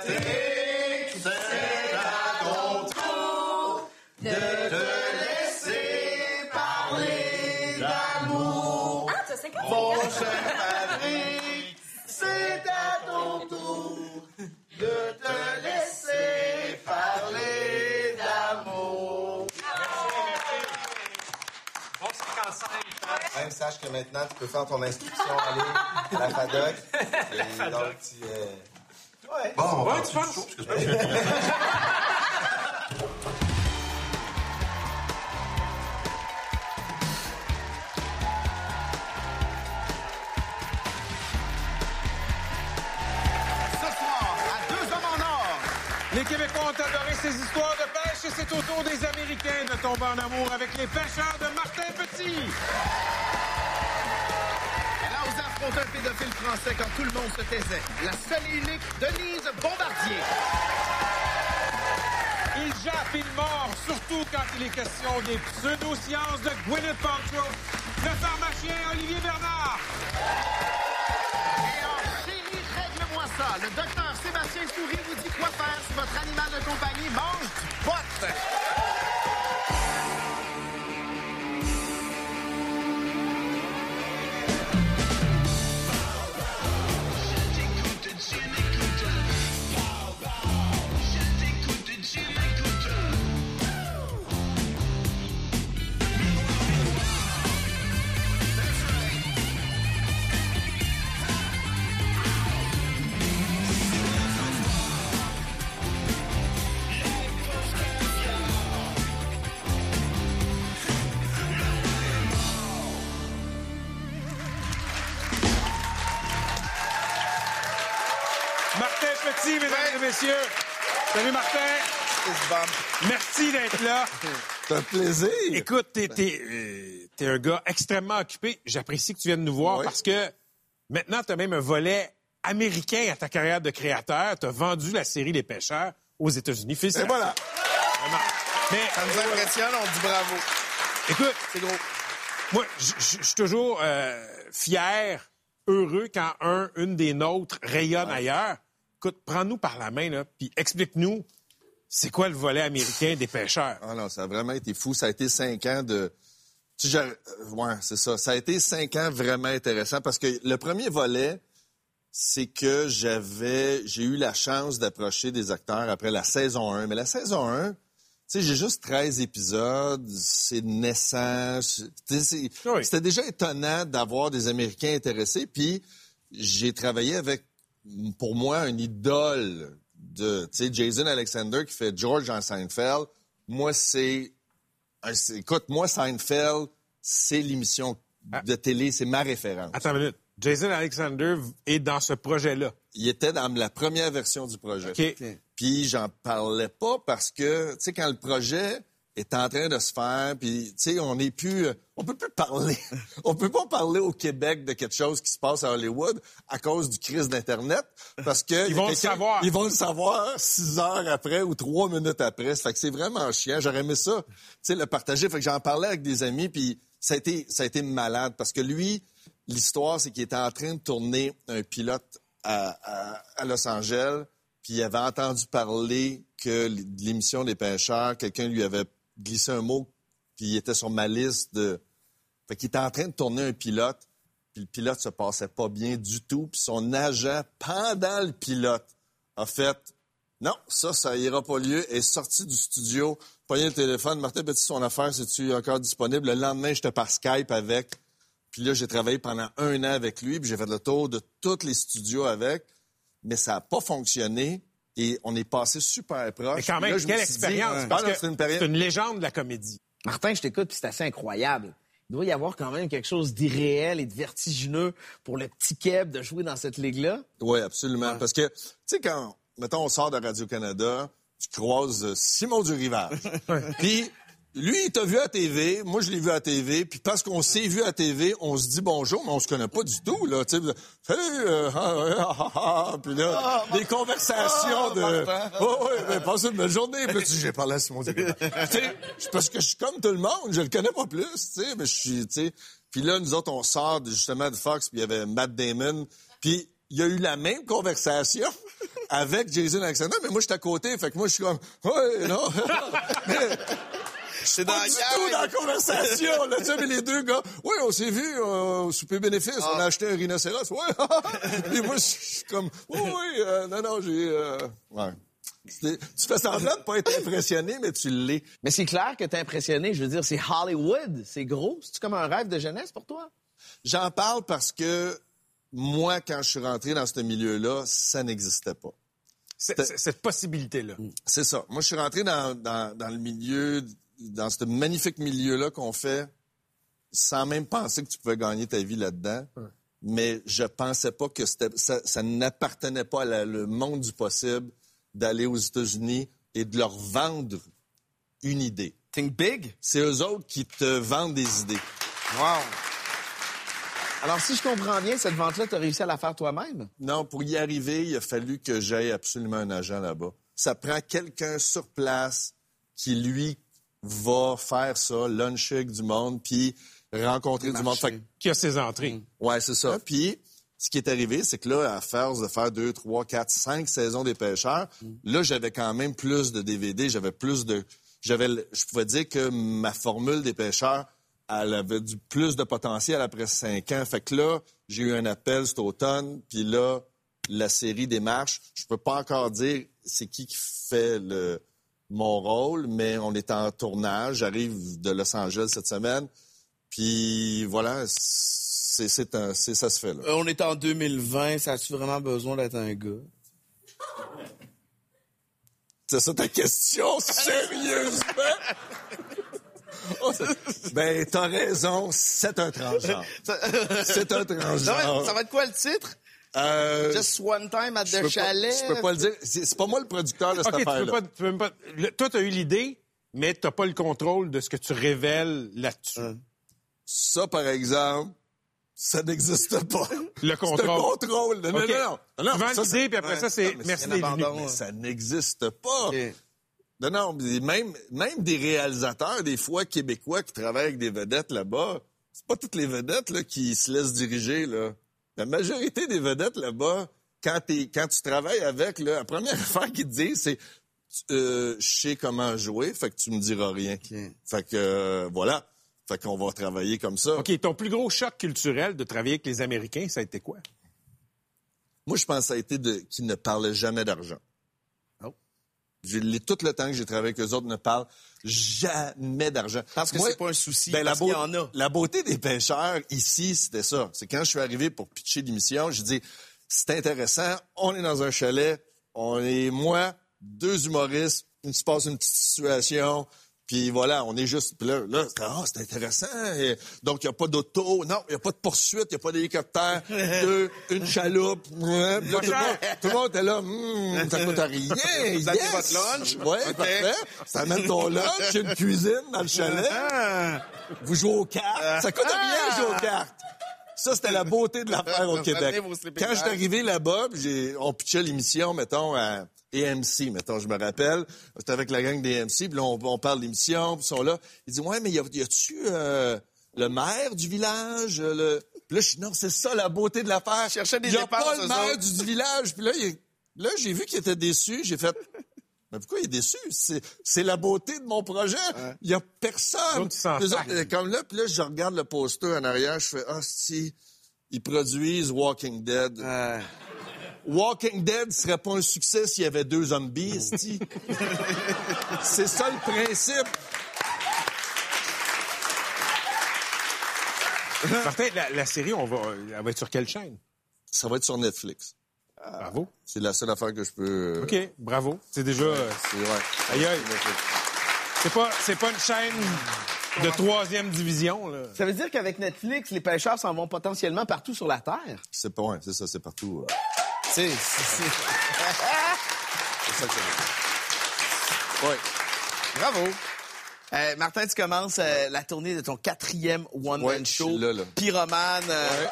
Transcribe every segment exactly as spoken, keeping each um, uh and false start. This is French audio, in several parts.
Patrick, c'est à ton tour de te laisser parler d'amour. Ah, tu sais quoi? Mon cher Patrick, c'est à ton tour de te laisser parler d'amour. Bon cinquante-cinq. Même sache que maintenant, tu peux faire ton inscription en ligne à la FADOC. Et donc, tu... Euh... Ouais. Bon, on va ouais, tu penses? Les Québécois ont adoré ces histoires de pêche et c'est au tour des Américains de tomber en amour avec les pêcheurs de Martin Petit. Elle a osé affronter un pédophile français quand tout le monde se taisait. La seule et unique Denise Bombardier. Il jappe, il mord, surtout quand il est question des pseudo-sciences de Gwyneth Paltrow, le pharmacien Olivier Bernard. Et en chérie, règle-moi ça. Le docteur Sébastien Souris vous dit quoi faire si votre animal de compagnie mange du pot. Martin Petit, mesdames et messieurs. Salut, Martin. Merci d'être là. C'est un plaisir. Écoute, t'es, t'es, euh, t'es un gars extrêmement occupé. J'apprécie que tu viennes nous voir Oui. parce que maintenant, t'as même un volet américain à ta carrière de créateur. T'as vendu la série Les Pêcheurs aux États-Unis. Et Félicitations. voilà. Vraiment. Mais, Ça nous impressionne, on dit bravo. écoute, C'est gros. moi, je je- je suis toujours euh, fier, heureux quand un, une des nôtres rayonne ailleurs. Écoute, prends-nous par la main, là, puis explique-nous, c'est quoi le volet américain des Pêcheurs? Ah non, ça a vraiment été fou. Ça a été cinq ans de... Tu sais, j'ai- ouais, c'est ça. Ça a été cinq ans vraiment intéressants parce que le premier volet, c'est que j'avais... J'ai eu la chance d'approcher des acteurs après la saison un. Mais la saison un, tu sais, j'ai juste treize épisodes, c'est naissant. c'est- tu sais, c'est- Oui. C'était déjà étonnant d'avoir des Américains intéressés. Puis j'ai travaillé avec, pour moi, un idole de, tu sais, Jason Alexander qui fait George dans Seinfeld. Moi, c'est, un- c'est- écoute, moi, Seinfeld, c'est l'émission de télé, c'est ma référence. Attends une minute. Jason Alexander est dans ce projet-là. Il était dans la première version du projet. OK. Puis j'en parlais pas parce que, tu sais, quand le projet est en train de se faire, puis, tu sais, on n'est plus... euh, On peut plus parler. On peut pas parler au Québec de quelque chose qui se passe à Hollywood à cause du crise d'Internet, parce que... Ils vont le savoir. Ils vont le savoir six heures après ou trois minutes après. Ça fait que c'est vraiment chiant. J'aurais aimé ça, tu sais, le partager. Fait que j'en parlais avec des amis, puis ça a été, ça a été malade, parce que lui, l'histoire, c'est qu'il était en train de tourner un pilote à, à, à Los Angeles, puis il avait entendu parler que l- de l'émission des Pêcheurs, quelqu'un lui avait glissé un mot, puis il était sur ma liste de... Fait qu'il était en train de tourner un pilote, puis le pilote se passait pas bien du tout, puis son agent, pendant le pilote, a fait « Non, ça, ça ira pas lieu », est sorti du studio, pogné le téléphone, « Martin Petit, son affaire, c'est-tu encore disponible? » Le lendemain, j'étais par Skype avec, puis là, j'ai travaillé pendant un an avec lui, puis j'ai fait le tour de tous les studios avec, mais ça n'a pas fonctionné. Et on est passé super proche. Mais quand même, Là, je me quelle suis dit, expérience! ouais. Parce Ah non, que c'est une période- c'est une légende de la comédie. Martin, je t'écoute, puis c'est assez incroyable. Il doit y avoir quand même quelque chose d'irréel et de vertigineux pour le petit Keb de jouer dans cette ligue-là. Oui, absolument. Parce que, tu sais, quand, mettons, on sort de Radio-Canada, tu croises euh, Simon du Rivage. Puis, lui, il t'a vu à T V, moi, je l'ai vu à T V, puis parce qu'on s'est vu à T V, on se dit bonjour, mais on se connaît pas du tout, là, tu sais. Hey, euh, ah, ouais, ah, ah, ah, puis là, des conversations de... Oh, ouais, ben, passez une belle journée. Puis là, tu dis, j'ai parlé à Simon du Rivage. Tu sais, c'est parce que je suis comme tout le monde, je le connais pas plus, tu sais, mais je suis, tu sais... Puis là, nous autres, on sort de, justement de Fox, puis il y avait Matt Damon, puis il y a eu la même conversation avec Jason Alexander, mais moi, je suis à côté. Fait que moi, je suis comme, ouais, non. mais, C'est dans pas la du guerre, tout mais- dans la conversation, là. Tu sais, mais les deux gars, oui, on s'est vus euh, au souper bénéfice. On a acheté un rhinocéros. Ouais. Et moi, je suis comme, oui, oui, euh, non, non, j'ai... Euh... Ouais. C'est- Tu fais semblant de pas être impressionné, mais tu l'es. Mais c'est clair que t'es impressionné. Je veux dire, c'est Hollywood. C'est gros. C'est comme un rêve de jeunesse pour toi? J'en parle parce que moi, quand je suis rentré dans ce milieu-là, ça n'existait pas. C'est- c'est- Cette possibilité-là. C'est ça. Moi, je suis rentré dans, dans, dans le milieu, dans ce magnifique milieu-là qu'on fait, sans même penser que tu pouvais gagner ta vie là-dedans. Ouais. Mais je pensais pas que c'était, ça, ça n'appartenait pas à la- le monde du possible d'aller aux États-Unis et de leur vendre une idée. Think big. C'est eux autres qui te vendent des idées. Wow. Alors, si je comprends bien, cette vente-là, t'as réussi à la faire toi-même? Non, pour y arriver, il a fallu que j'aille absolument un agent là-bas. Ça prend quelqu'un sur place qui, lui, va faire ça, luncher avec du monde, puis rencontrer du monde. Fait que- Qui a ses entrées. ouais, c'est ça. Puis, ce qui est arrivé, c'est que là, à force de faire deux, trois, quatre, cinq saisons des pêcheurs, là, j'avais quand même plus de D V D, j'avais plus de... j'avais, le- je pouvais dire que ma formule des pêcheurs, elle avait du plus de potentiel après cinq ans. Fait que là, j'ai eu un appel cet automne, puis là, la série démarche. Je peux pas encore dire c'est qui qui fait le, mon rôle, mais on est en tournage. J'arrive de Los Angeles cette semaine, puis voilà, c'est, c'est un, c'est, ça se fait, là. Euh, on est en deux mille vingt. Ça a-tu vraiment besoin d'être un gars? C'est ça ta question, sérieusement? Ben, t'as raison, c'est un transgenre. C'est un Ça transgenre. va, ça va être quoi le titre? Euh, Just one time at je the peux pas- chalet? Je peux pas le dire. C'est, c'est pas moi le producteur de cette OK, tu peux affaire-là. pas, tu peux même pas... le- toi, tu as eu l'idée, mais tu n'as pas le contrôle de ce que tu révèles là-dessus. Ça, par exemple, ça n'existe pas. Le contrôle. C'est un contrôle. Non, OK. non, non. non, Tu vends ça, l'idée, puis après ouais. ça, c'est Non, mais merci c'est d'être un venu. abandon. Mais ça n'existe pas. OK. Non, non, mais même, même des réalisateurs, des fois, québécois qui travaillent avec des vedettes là-bas, c'est pas toutes les vedettes là, qui se laissent diriger. Là. La majorité des vedettes là-bas, quand, t'es, quand tu travailles avec, là, la première affaire qu'ils te disent, c'est euh, « je sais comment jouer, fait que tu me diras rien OK. ». Fait que, euh, voilà. Fait qu'on va travailler comme ça. OK, ton plus gros choc culturel de travailler avec les Américains, ça a été quoi? Moi, je pense que ça a été de, qu'ils ne parlaient jamais d'argent. Oh. J'ai, les- tout le temps que j'ai travaillé avec eux autres ne parlent jamais d'argent. Parce que Moi, c'est pas un souci, ben, parce la, qu'il beau- y en a. la beauté des pêcheurs ici, c'était ça. C'est quand je suis arrivé pour pitcher l'émission, j'ai dit, c'est intéressant, on est dans un chalet, on est moi, deux humoristes, il se passe une petite situation, puis voilà, on est juste... Puis là, là c'est, ah, c'est intéressant. Et donc, il n'y a pas d'auto, non, il n'y a pas de poursuite, il n'y a pas d'hélicoptère, deux, une chaloupe. Ouais, puis là, tout, le monde, tout le monde était là, hum, ça coûte rien. Vous avez yes! votre lunch? Oui, OK. parfait. Ça amène ton lunch, il y a une cuisine dans le chalet. Ah! Vous jouez aux cartes. Ça coûte rien jouer aux cartes. Ça, c'était la beauté de l'affaire au Québec. Ramenez vos sleeping Quand je suis bags. arrivé là-bas, puis j'ai, on pitchait l'émission, mettons, à A M C, mettons, je me rappelle. J'étais avec la gang des A M C, puis là, on, on parle de l'émission, puis ils sont là. Ils disent, ouais, mais y, a, y a-tu euh, le maire du village? euh, Le... Puis là, je dis, non, c'est ça la beauté de l'affaire. Ils cherchaient des Il y a dépenses, pas le eux maire autres. du, du village. Puis là, il- là, j'ai vu qu'il était déçu. J'ai fait... Mais pourquoi il est déçu? C'est, c'est la beauté de mon projet. Il y a personne. Les autres, ils s'en Les autres, sacrent. euh, comme là, puis là, je regarde le poster en arrière, je fais, ah, si, ils produisent Walking Dead. Ah. Walking Dead serait pas un succès s'il y avait deux zombies, esti. C'est ça le principe. Martin, la, la série, on va, elle va être sur quelle chaîne? Ça va être sur Netflix. Bravo. C'est la seule affaire que je peux... euh, OK, bravo. C'est déjà... euh, C'est, ouais. aïe, aïe. C'est pas, c'est pas une chaîne de troisième division, là. Ça veut dire qu'avec Netflix, les pêcheurs s'en vont potentiellement partout sur la Terre. C'est pas, ouais, c'est ça, c'est partout. euh. C'est, c'est, c'est- C'est ça que ça veut dire. Ouais. Bravo. Euh, Martin, tu commences euh, la tournée de ton quatrième one-man Ouais, je show. suis là, là. Pyromane. euh, Ouais.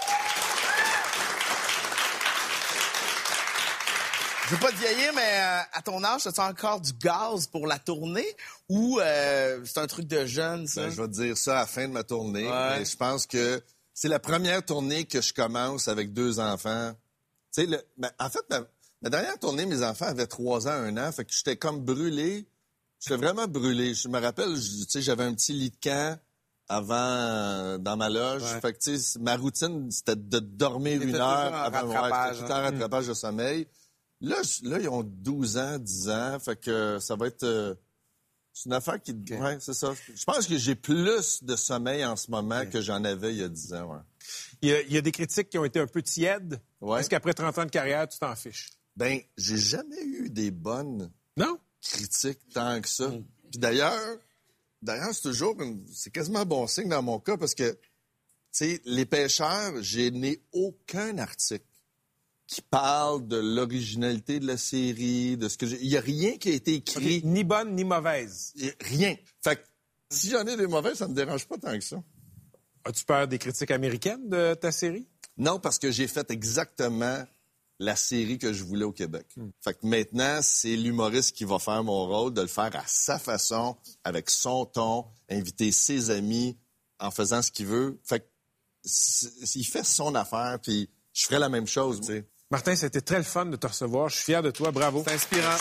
Je veux pas te vieillir, mais euh, à ton âge, as-tu encore du gaz pour la tournée ou euh, c'est un truc de jeune, ça? Ben, je vais te dire ça à la fin de ma tournée. Ouais. Mais je pense que c'est la première tournée que je commence avec deux enfants. Tu sais, le- ben, en fait, ma, La dernière tournée, mes enfants avaient trois ans, un an, fait que j'étais comme brûlé. J'étais vraiment brûlé. Je me rappelle, tu sais, j'avais un petit lit de camp avant, euh, dans ma loge. Ouais. Fait que, tu sais, ma routine, c'était de dormir une heure avant. Ouais, j'étais tout en rattrapage de sommeil. Là, là, ils ont douze ans, dix ans, fait que ça va être... Euh, c'est une affaire qui... Okay. Ouais, c'est ça. Je pense que j'ai plus de sommeil en ce moment okay. que j'en avais il y a dix ans, ouais. Il y a, il y a des critiques qui ont été un peu tièdes. Ouais. Est-ce qu'après trente ans de carrière, tu t'en fiches? Ben, j'ai jamais eu des bonnes non? critiques tant que ça. Mm. Puis d'ailleurs, d'ailleurs, c'est toujours... Une, c'est quasiment un bon signe dans mon cas, parce que, tu sais, Les Pêcheurs, j'ai n'ai aucun article qui parle de l'originalité de la série, de ce que j'ai... Il n'y a rien qui a été écrit. Okay. Ni bonne, ni mauvaise. Rien. Fait que si j'en ai des mauvaises, ça me dérange pas tant que ça. As-tu peur des critiques américaines de ta série? Non, parce que j'ai fait exactement la série que je voulais au Québec. Hmm. Fait que maintenant, c'est l'humoriste qui va faire mon rôle, de le faire à sa façon, avec son ton, inviter ses amis, en faisant ce qu'il veut. Fait que il fait son affaire, puis je ferais la même chose, tu sais. Martin, c'était très le fun de te recevoir. Je suis fier de toi. Bravo. C'est inspirant.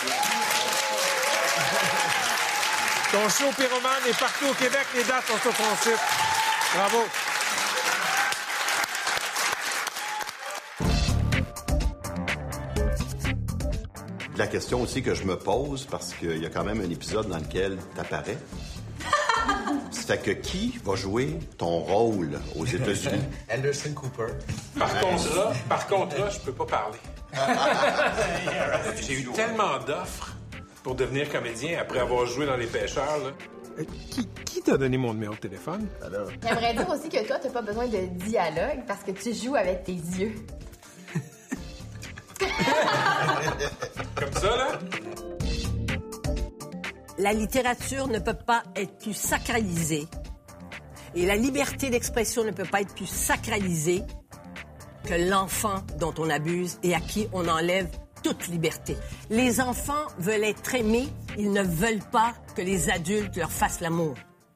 Ton show Pyromane est partout au Québec. Les dates sont sur ton site. Bravo. La question aussi que je me pose, parce qu'il y a quand même un épisode dans lequel t'apparais. Ça fait que qui va jouer ton rôle aux États-Unis? Anderson Cooper. Par contrat, par contrat, je peux pas parler. J'ai eu tellement d'offres pour devenir comédien après avoir joué dans Les Pêcheurs. Là. Qui, qui t'a donné mon numéro de téléphone? Alors... J'aimerais dire aussi que toi, t'as pas besoin de dialogue parce que tu joues avec tes yeux. Comme ça, là? La littérature ne peut pas être plus sacralisée et la liberté d'expression ne peut pas être plus sacralisée que l'enfant dont on abuse et à qui on enlève toute liberté. Les enfants veulent être aimés, ils ne veulent pas que les adultes leur fassent l'amour.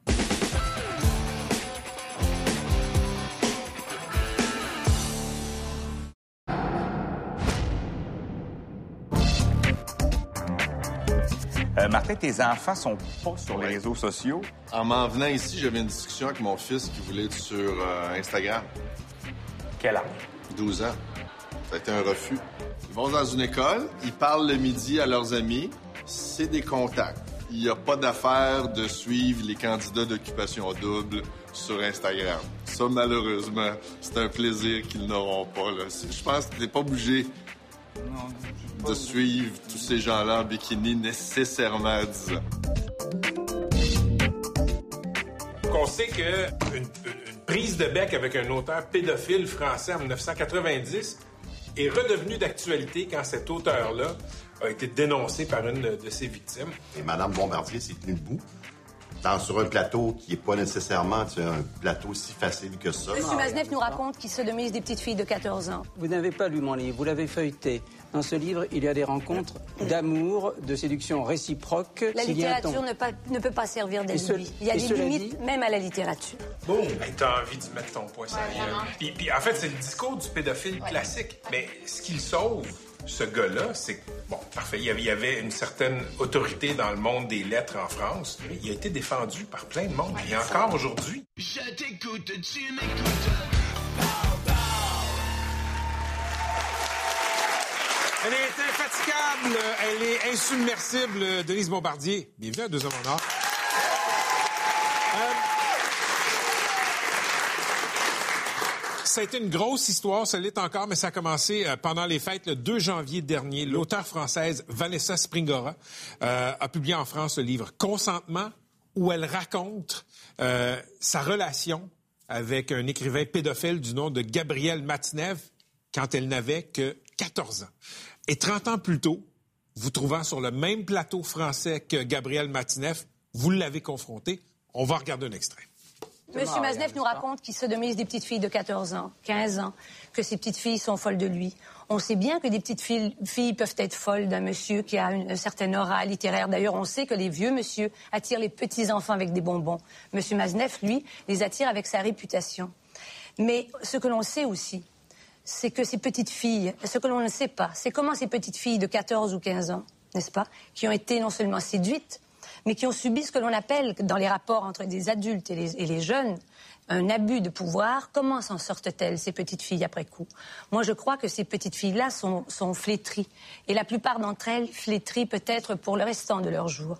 Euh, Martin, tes enfants sont pas sur les réseaux sociaux. En m'en venant ici, j'avais une discussion avec mon fils qui voulait être sur euh, Instagram. Quel âge? douze ans. Ça a été un refus. Ils vont dans une école, ils parlent le midi à leurs amis. C'est des contacts. Il n'y a pas d'affaire de suivre les candidats d'occupation double sur Instagram. Ça, malheureusement, c'est un plaisir qu'ils n'auront pas. Là. Je pense que t'es pas obligé non, de suivre tous ces gens-là en bikini nécessairement à dix ans. On sait qu'une une, une prise de bec avec un auteur pédophile français en dix-neuf cent quatre-vingt-dix est redevenue d'actualité quand cet auteur-là a été dénoncé par une de ses victimes. Et Mme Bombardier s'est tenue debout dans, sur un plateau qui n'est pas nécessairement un plateau si facile que ça. M. Maznev nous raconte qu'il sodomise des petites filles de quatorze ans. Vous n'avez pas lu mon livre, vous l'avez feuilleté. Dans ce livre, il y a des rencontres d'amour, de séduction réciproque. La littérature ne, pas, ne peut pas servir d'ennemi. Il y a des limites dit... même à la littérature. Bon, ben, t'as envie de mettre ton poing sur la gueule. Puis, puis en fait, c'est le discours du pédophile ouais. classique. Mais ce qu'il sauve, ce gars-là, c'est que, bon, parfait, il y avait une certaine autorité dans le monde des lettres en France. Il a été défendu par plein de monde. Et encore aujourd'hui. Je t'écoute, tu m'écoutes. Elle est infatigable, elle est insubmersible, Denise Bombardier. Bienvenue à Deux Hommes en Or. Euh... Ça a été une grosse histoire, ça l'est encore, mais ça a commencé pendant les fêtes le deux janvier dernier. L'auteure française Vanessa Springora euh, a publié en France le livre « Consentement » où elle raconte euh, sa relation avec un écrivain pédophile du nom de Gabriel Matinev quand elle n'avait que quatorze ans. Et trente ans plus tôt, vous trouvant sur le même plateau français que Gabriel Matinev, vous l'avez confronté. On va regarder un extrait. Monsieur Maznev nous raconte qu'il sodomise des petites filles de quatorze ans, quinze ans, que ces petites filles sont folles de lui. On sait bien que des petites filles, filles peuvent être folles d'un monsieur qui a une, une certaine aura littéraire. D'ailleurs, on sait que les vieux monsieur attirent les petits-enfants avec des bonbons. Monsieur Maznev, lui, les attire avec sa réputation. Mais ce que l'on sait aussi, c'est que ces petites filles, ce que l'on ne sait pas, c'est comment ces petites filles de quatorze ou quinze ans, n'est-ce pas, qui ont été non seulement séduites, mais qui ont subi ce que l'on appelle, dans les rapports entre des adultes et les, et les jeunes, un abus de pouvoir. Comment s'en sortent-elles, ces petites filles, après coup? Moi, je crois que ces petites filles-là sont, sont flétries. Et la plupart d'entre elles flétries peut-être pour le restant de leur jour.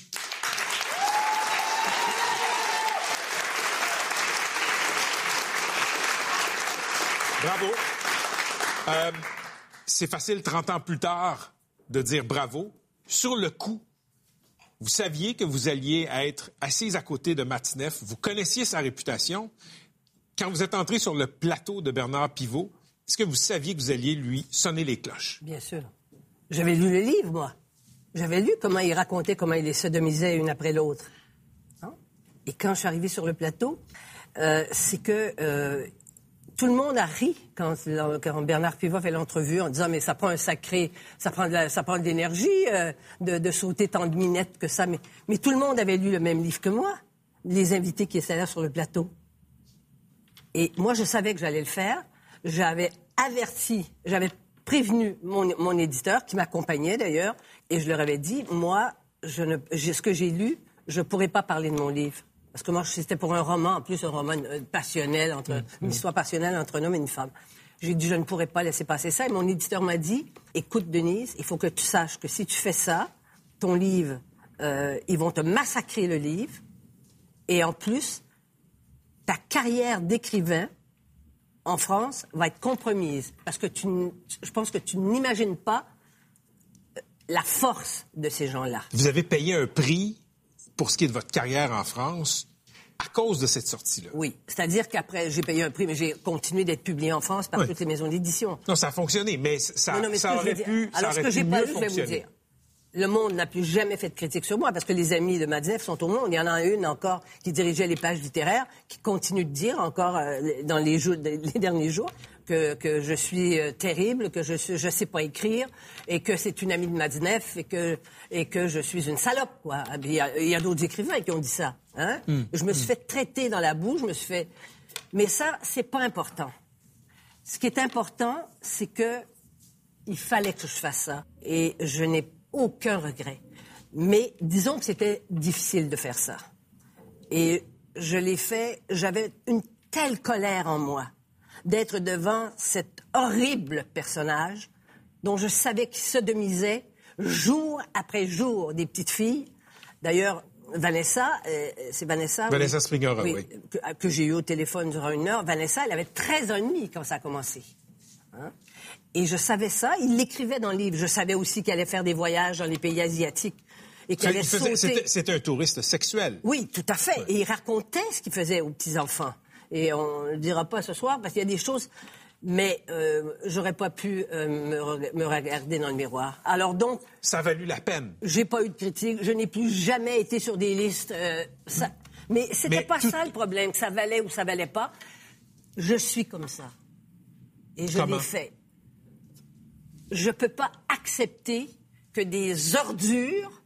Bravo. Euh, c'est facile, trente ans plus tard, de dire bravo. Sur le coup, vous saviez que vous alliez être assise à côté de Matzneff. Vous connaissiez sa réputation. Quand vous êtes entré sur le plateau de Bernard Pivot, est-ce que vous saviez que vous alliez lui sonner les cloches? Bien sûr. J'avais lu le livre, moi. J'avais lu comment il racontait comment il les sodomisait une après l'autre. Hein? Et quand je suis arrivée sur le plateau, euh, c'est que... Euh, tout le monde a ri quand, quand Bernard Pivot fait l'entrevue en disant « Mais ça prend un sacré... Ça prend de, la, ça prend de l'énergie euh, de, de sauter tant de minettes que ça. » Mais, mais tout le monde avait lu le même livre que moi, les invités qui étaient là sur le plateau. Et moi, je savais que j'allais le faire. J'avais averti, j'avais prévenu mon, mon éditeur, qui m'accompagnait d'ailleurs, et je leur avais dit « Moi, je ne, ce que j'ai lu, je ne pourrais pas parler de mon livre. » Parce que moi, c'était pour un roman, en plus un roman passionnel, entre, mmh. une histoire passionnelle entre un homme et une femme. J'ai dit, je ne pourrais pas laisser passer ça. Et mon éditeur m'a dit, écoute, Denise, il faut que tu saches que si tu fais ça, ton livre, euh, ils vont te massacrer le livre. Et en plus, ta carrière d'écrivain en France va être compromise. Parce que tu, je pense que tu n'imagines pas la force de ces gens-là. Vous avez payé un prix pour ce qui est de votre carrière en France, à cause de cette sortie-là. Oui. C'est-à-dire qu'après, j'ai payé un prix, mais j'ai continué d'être publié en France par oui. toutes les maisons d'édition. Non, ça a fonctionné, mais ça, non, non, mais ça aurait pu, Alors, ça aurait ce que j'ai pu pas mieux eu, fonctionner. je vais vous dire. Le Monde n'a plus jamais fait de critique sur moi, parce que les amis de Matzneff sont au Monde. Il y en a une encore qui dirigeait les pages littéraires, qui continue de dire encore euh, dans les, jours, les derniers jours que, que je suis euh, terrible, que je ne je sais pas écrire, et que c'est une amie de Matzneff, et que, et que je suis une salope, quoi. Il y a, il y a d'autres écrivains qui ont dit ça. Hein? Mm. Je me suis mm. fait traiter dans la boue, je me suis fait... Mais ça, c'est pas important. Ce qui est important, c'est que il fallait que je fasse ça. Et je n'ai aucun regret. Mais disons que c'était difficile de faire ça. Et je l'ai fait, j'avais une telle colère en moi d'être devant cet horrible personnage dont je savais qu'il sodomisait jour après jour des petites filles. D'ailleurs, Vanessa, euh, c'est Vanessa... Vanessa oui, Springer, oui. oui. Que, que j'ai eu au téléphone durant une heure. Vanessa, elle avait treize ans et demi quand ça a commencé. Hein? Et je savais ça, il l'écrivait dans le livre. Je savais aussi qu'il allait faire des voyages dans les pays asiatiques. Et qu'il allait sauter... C'était, c'était un touriste sexuel. Oui, tout à fait. Ouais. Et il racontait ce qu'il faisait aux petits-enfants. Et on ne le dira pas ce soir, parce qu'il y a des choses... Mais euh, j'aurais pas pu euh, me, re- me regarder dans le miroir. Alors donc... Ça a valu la peine. J'ai pas eu de critique. Je n'ai plus jamais été sur des listes... Euh, ça... Mais c'était Mais pas tout... ça le problème, que ça valait ou ça valait pas. Je suis comme ça. Et je Comment? l'ai fait. Je peux pas accepter que des ordures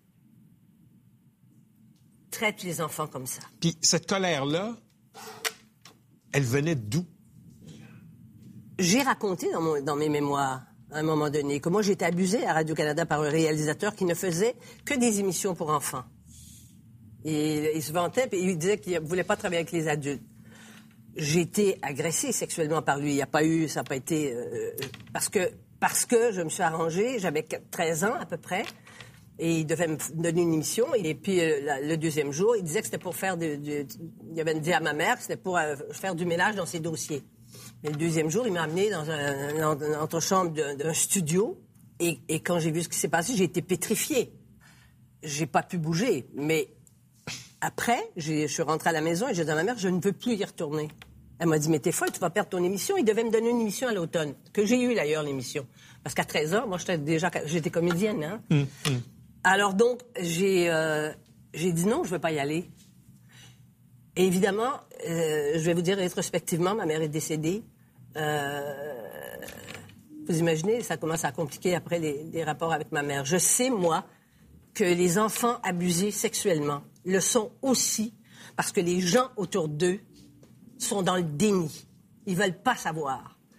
traitent les enfants comme ça. Puis cette colère-là, elle venait d'où? J'ai raconté dans, mon, dans mes mémoires, à un moment donné, que moi, j'ai été abusée à Radio-Canada par un réalisateur qui ne faisait que des émissions pour enfants. Et il se vantait, et il disait qu'il ne voulait pas travailler avec les adultes. J'ai été agressée sexuellement par lui. Il n'y a pas eu, ça n'a pas été... Euh, parce que, parce que je me suis arrangée, j'avais treize ans à peu près, et il devait me donner une émission. Et puis, euh, la, le deuxième jour, il disait que c'était pour faire... De, de, il avait dit à ma mère que c'était pour euh, faire du ménage dans ses dossiers. Mais le deuxième jour, il m'a amené dans un, une, une entrechambre d'un, d'un studio. Et, et quand j'ai vu ce qui s'est passé, j'ai été pétrifiée. J'ai pas pu bouger. Mais après, j'ai, je suis rentrée à la maison et j'ai dit à ma mère, je ne veux plus y retourner. Elle m'a dit, mais t'es folle, tu vas perdre ton émission. Il devait me donner une émission à l'automne, que j'ai eu d'ailleurs, l'émission. Parce qu'à treize ans, moi, j'étais déjà, j'étais comédienne. Hein? Mmh, mmh. Alors donc, j'ai, euh, j'ai dit non, je veux pas y aller. Et évidemment, euh, je vais vous dire rétrospectivement, ma mère est décédée. Euh, vous imaginez, ça commence à compliquer après les, les rapports avec ma mère. Je sais, moi, que les enfants abusés sexuellement le sont aussi parce que les gens autour d'eux sont dans le déni. Ils veulent pas savoir.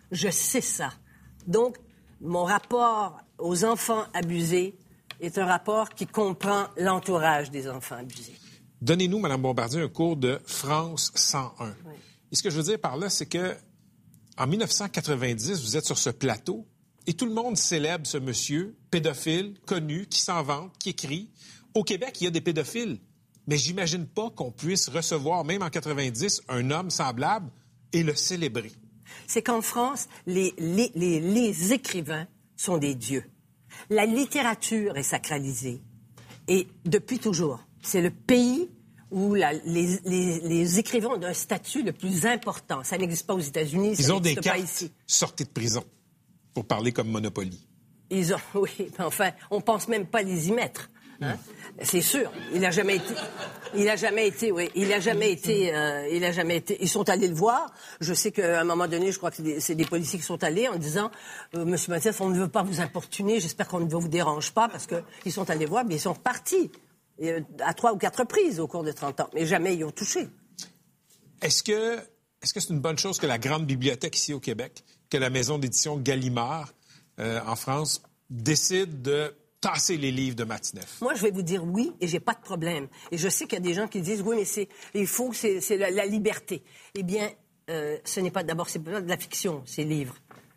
Je sais ça. Donc, mon rapport aux enfants abusés est un rapport qui comprend l'entourage des enfants abusés. Donnez-nous, Mme Bombardier, un cours de France cent un. Oui. Et ce que je veux dire par là, c'est que en dix-neuf cent quatre-vingt-dix, vous êtes sur ce plateau et tout le monde célèbre ce monsieur pédophile, connu, qui s'en vante, qui écrit. Au Québec, il y a des pédophiles, mais j'imagine pas qu'on puisse recevoir, même en quatre-vingt-dix, un homme semblable et le célébrer. C'est qu'en France, les, les, les, les écrivains sont des dieux. La littérature est sacralisée. Et depuis toujours, c'est le pays où la, les, les, les écrivains ont un statut le plus important. Ça n'existe pas aux États-Unis, ça Ils ont des n'existe pas cartes ici. sorties de prison, pour parler comme Monopoly. Ils ont, oui, mais enfin, on pense même pas les y mettre. Hein? Mm. C'est sûr. Il a jamais été. Il a jamais été. Oui. Il a jamais été. Euh, il a jamais été. Ils sont allés le voir. Je sais qu'à un moment donné, je crois que c'est des, c'est des policiers qui sont allés en disant, euh, Monsieur Mathias, on ne veut pas vous importuner. J'espère qu'on ne vous dérange pas parce que ils sont allés voir, mais ils sont partis euh, à trois ou quatre reprises au cours de trente ans, mais jamais ils ont touché. Est-ce que est-ce que c'est une bonne chose que la grande bibliothèque ici au Québec, que la maison d'édition Gallimard euh, en France décide de tasser les livres de Matineff? Moi, je vais vous dire oui, et j'ai pas de problème. Et je sais qu'il y a des gens qui disent oui, mais c'est, il faut, c'est, c'est la, la liberté. Eh bien, euh, ce n'est pas d'abord, c'est pas de la fiction, ces livres.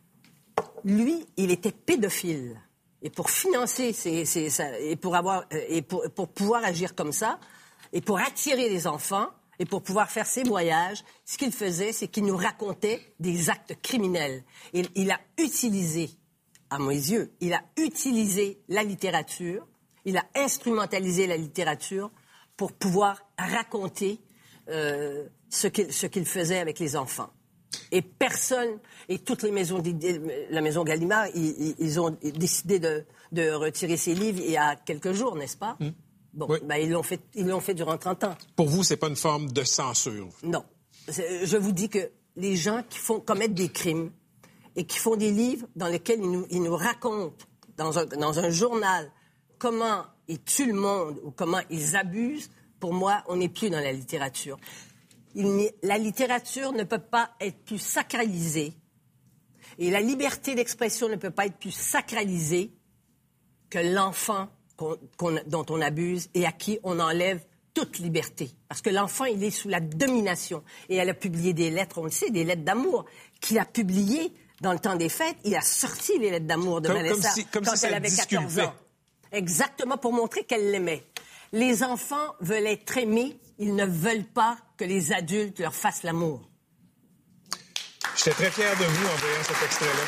Lui, il était pédophile. Et pour financer ses, ses, sa, et pour avoir, euh, et pour, pour pouvoir agir comme ça, et pour attirer les enfants, et pour pouvoir faire ses voyages, ce qu'il faisait, c'est qu'il nous racontait des actes criminels. Et il a utilisé, à mes yeux, il a utilisé la littérature, il a instrumentalisé la littérature pour pouvoir raconter euh, ce qu'il, ce qu'il faisait avec les enfants. Et personne, et toutes les maisons, la maison Gallimard, ils, ils ont décidé de, de retirer ces livres il y a quelques jours, n'est-ce pas? Mmh. Bon, oui. ben, ils l'ont fait, ils l'ont fait durant trente ans. Pour vous, c'est pas une forme de censure? Non. C'est, je vous dis que les gens qui font commettent des crimes et qui font des livres dans lesquels ils nous, ils nous racontent, dans un, dans un journal, comment ils tuent le monde ou comment ils abusent, pour moi, on n'est plus dans la littérature. Il la littérature ne peut pas être plus sacralisée et la liberté d'expression ne peut pas être plus sacralisée que l'enfant qu'on, qu'on, dont on abuse et à qui on enlève toute liberté. Parce que l'enfant, il est sous la domination. Et elle a publié des lettres, on le sait, des lettres d'amour, qu'il a publiées dans le temps des fêtes. Il a sorti les lettres d'amour de comme, Vanessa comme si, comme quand si elle avait quatorze ans. Exactement, pour montrer qu'elle l'aimait. Les enfants veulent être aimés, ils ne veulent pas que les adultes leur fassent l'amour. J'étais très fier de vous en voyant cet extrait-là.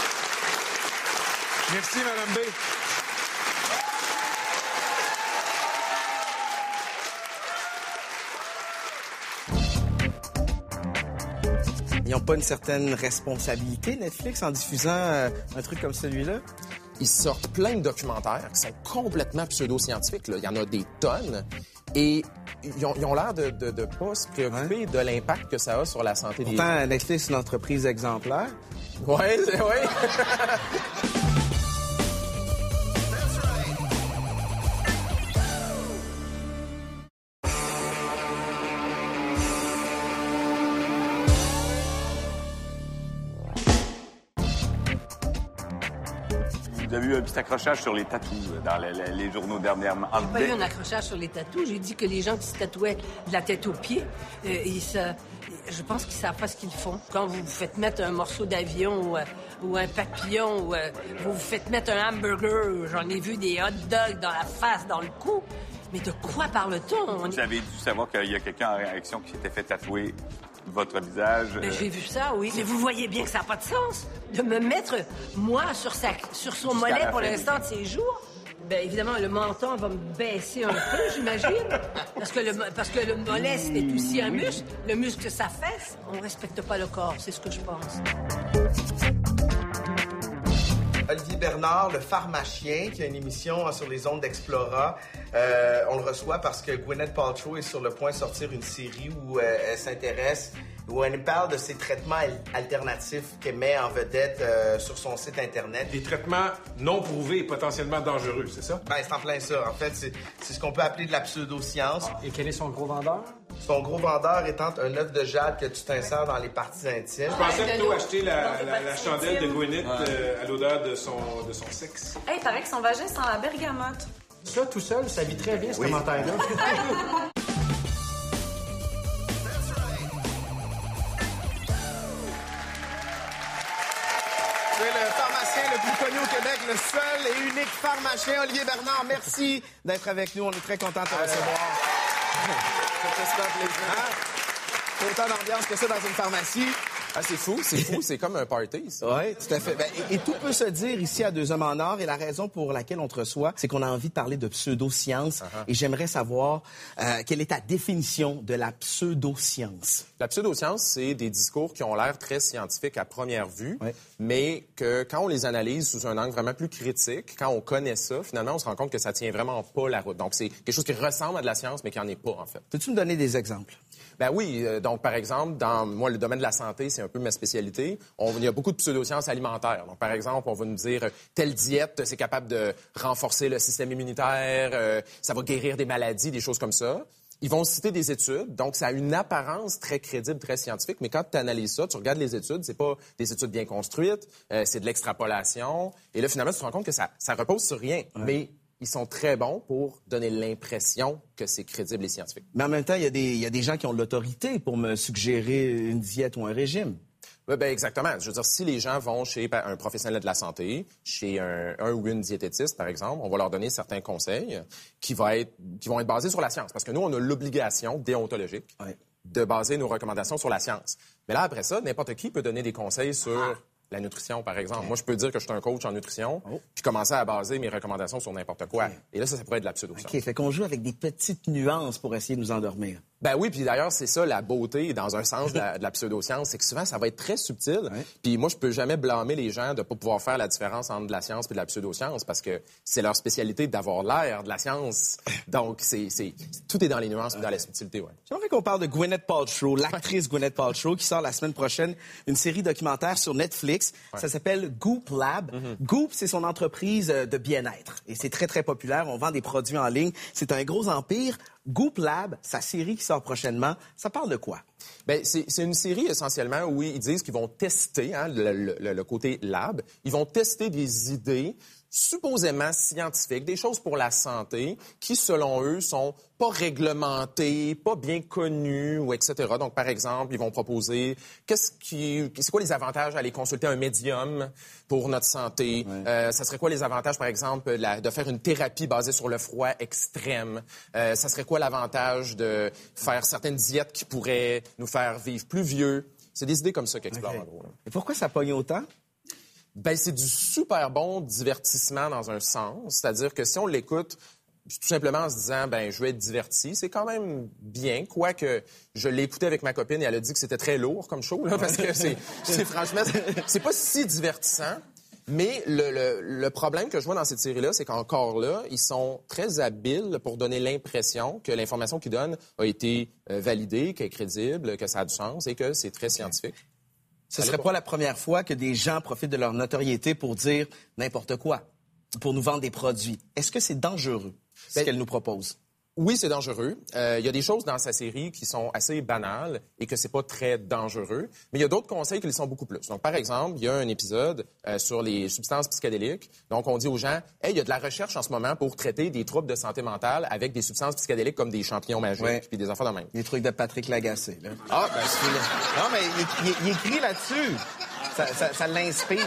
Merci, Mme B. Ils n'ont pas une certaine responsabilité, Netflix, en diffusant euh, un truc comme celui-là? Ils sortent plein de documentaires qui sont complètement pseudo-scientifiques. Là. Il y en a des tonnes. Et ils ont, ils ont l'air de ne de, de pas se préoccuper ouais. de l'impact que ça a sur la santé des gens. Pourtant, Netflix, c'est une entreprise exemplaire. Oui, c'est oui. Vous avez eu un petit accrochage sur les tatous dans les, les, les journaux dernièrement. Il n'y a pas eu un accrochage sur les tatous. J'ai dit que les gens qui se tatouaient de la tête aux pieds, euh, ils se, je pense qu'ils ne savent pas ce qu'ils font. Quand vous vous faites mettre un morceau d'avion ou, euh, ou un papillon, ou euh, vous vous faites mettre un hamburger, j'en ai vu des hot dogs dans la face, dans le cou. Mais de quoi parle-t-on? Vous avez dû savoir qu'il y a quelqu'un en réaction qui s'était fait tatouer votre visage. Ben, j'ai vu ça, oui. Mais vous voyez bien que ça n'a pas de sens de me mettre, moi, sur, sa, sur son Jusqu'à mollet pour l'instant de ses jours. Bien, évidemment, le menton va me baisser un peu, j'imagine. Parce que, le, parce que le mollet, c'est aussi un muscle. Le muscle, ça fesse. On ne respecte pas le corps, c'est ce que je pense. Olivier Bernard, le pharmacien, qui a une émission sur les ondes d'Explora. Euh, on le reçoit parce que Gwyneth Paltrow est sur le point de sortir une série où euh, elle s'intéresse, où elle parle de ces traitements alternatifs qu'elle met en vedette euh, sur son site Internet. Des traitements non prouvés et potentiellement dangereux, c'est ça? Ben, c'est en plein ça. En fait, c'est, c'est ce qu'on peut appeler de la pseudoscience. Et quel est son gros vendeur? Son gros vendeur étant un œuf de jade que tu t'insères dans les parties intimes. Je pensais plutôt acheter la, la, la chandelle de Gwyneth euh, à l'odeur de son, de son sexe. Hey, il paraît que son vagin sent la bergamote. Ça, tout seul, ça vit très bien, ce Oui. commentaire-là. C'est le pharmacien le plus connu au Québec, le seul et unique pharmacien, Olivier Bernard. Merci d'être avec nous. On est très contents de te recevoir. Ça fait super plaisir. Hein? Autant d'ambiance que ça dans une pharmacie. Ah, c'est fou, c'est fou, c'est comme un party. Oui, tout à fait. Ben, et, et tout peut se dire ici à Deux Hommes en Or. Et la raison pour laquelle on te reçoit, c'est qu'on a envie de parler de pseudoscience. Uh-huh. Et j'aimerais savoir euh, quelle est ta définition de la pseudoscience. La pseudoscience, c'est des discours qui ont l'air très scientifiques à première vue, oui. mais que quand on les analyse sous un angle vraiment plus critique, quand on connaît ça, finalement, on se rend compte que ça tient vraiment pas la route. Donc, c'est quelque chose qui ressemble à de la science, mais qui en est pas, en fait. Peux-tu me donner des exemples? Ben oui. Euh, donc, par exemple, dans moi, le domaine de la santé, c'est un peu ma spécialité. On, il y a beaucoup de pseudosciences alimentaires. Donc, par exemple, on va nous dire euh, telle diète, c'est capable de renforcer le système immunitaire, euh, ça va guérir des maladies, des choses comme ça. Ils vont citer des études, donc ça a une apparence très crédible, très scientifique, mais quand tu analyses ça, tu regardes les études, c'est pas des études bien construites, euh, c'est de l'extrapolation, et là, finalement, tu te rends compte que ça, ça repose sur rien, ouais. mais ils sont très bons pour donner l'impression que c'est crédible et scientifique. Mais en même temps, il y a des, il y a des gens qui ont l'autorité pour me suggérer une diète ou un régime. Oui, ben exactement. Je veux dire, si les gens vont chez un professionnel de la santé, chez un, un ou une diététiste, par exemple, on va leur donner certains conseils qui, va être, qui vont être basés sur la science. Parce que nous, on a l'obligation déontologique ouais. de baser nos recommandations sur la science. Mais là, après ça, n'importe qui peut donner des conseils sur... Ah. La nutrition, par exemple. Okay. Moi, je peux dire que je suis un coach en nutrition, oh. puis commencer à baser mes recommandations sur n'importe quoi. Okay. Et là, ça, ça pourrait être de la pseudo-science. OK, fait qu'on joue avec des petites nuances pour essayer de nous endormir. Ben oui, puis d'ailleurs, c'est ça la beauté, dans un sens, de la, de la pseudo-science, c'est que souvent, ça va être très subtil. Ouais. Puis moi, je peux jamais blâmer les gens de pas pouvoir faire la différence entre de la science et de la pseudo-science, parce que c'est leur spécialité d'avoir l'air de la science. Donc, c'est, c'est, tout est dans les nuances et dans la subtilité, ouais. J'aimerais qu'on parle de Gwyneth Paltrow, l'actrice Gwyneth Paltrow, qui sort la semaine prochaine une série documentaire sur Netflix. Ouais. Ça s'appelle Goop Lab. Mm-hmm. Goop, c'est son entreprise de bien-être. Et c'est très, très populaire. On vend des produits en ligne. C'est un gros empire. Goop Lab, sa série qui sort prochainement, ça parle de quoi? Bien, c'est, c'est une série essentiellement où ils disent qu'ils vont tester, hein, le, le, le côté lab, ils vont tester des idées supposément scientifiques, des choses pour la santé qui, selon eux, sont pas réglementées, pas bien connues, ou et cetera. Donc, par exemple, ils vont proposer qu'est-ce qui, c'est quoi les avantages à aller consulter un médium pour notre santé. Ouais. Euh, ça serait quoi les avantages, par exemple, la, de faire une thérapie basée sur le froid extrême. Euh, ça serait quoi l'avantage de faire certaines diètes qui pourraient nous faire vivre plus vieux. C'est des idées comme ça qu'explorent, okay. en gros. Là. Et pourquoi ça pogne autant? Ben, c'est du super bon divertissement dans un sens. C'est-à-dire que si on l'écoute tout simplement en se disant, ben, je vais être diverti, c'est quand même bien. Quoique, je l'ai écouté avec ma copine et elle a dit que c'était très lourd comme show, là, parce que c'est, c'est franchement, c'est, c'est pas si divertissant. Mais le, le, le problème que je vois dans cette série-là, c'est qu'encore là, ils sont très habiles pour donner l'impression que l'information qu'ils donnent a été euh, validée, qu'elle est crédible, que ça a du sens et que c'est très scientifique. Ce ne serait pas la première fois que des gens profitent de leur notoriété pour dire n'importe quoi, pour nous vendre des produits. Est-ce que c'est dangereux, ce ben, qu'elle nous propose? Oui, c'est dangereux. Euh, il y a des choses dans sa série qui sont assez banales et que c'est pas très dangereux. Mais il y a d'autres conseils qui le sont beaucoup plus. Donc, par exemple, il y a un épisode euh, sur les substances psychédéliques. Donc, on dit aux gens, « Hey, il y a de la recherche en ce moment pour traiter des troubles de santé mentale avec des substances psychédéliques comme des champignons magiques ouais. puis des affaires de même. » Les trucs de Patrick Lagacé, là. Ah, ben, c'est... Non, mais il, il, il écrit là-dessus. Ça, ça, ça l'inspire.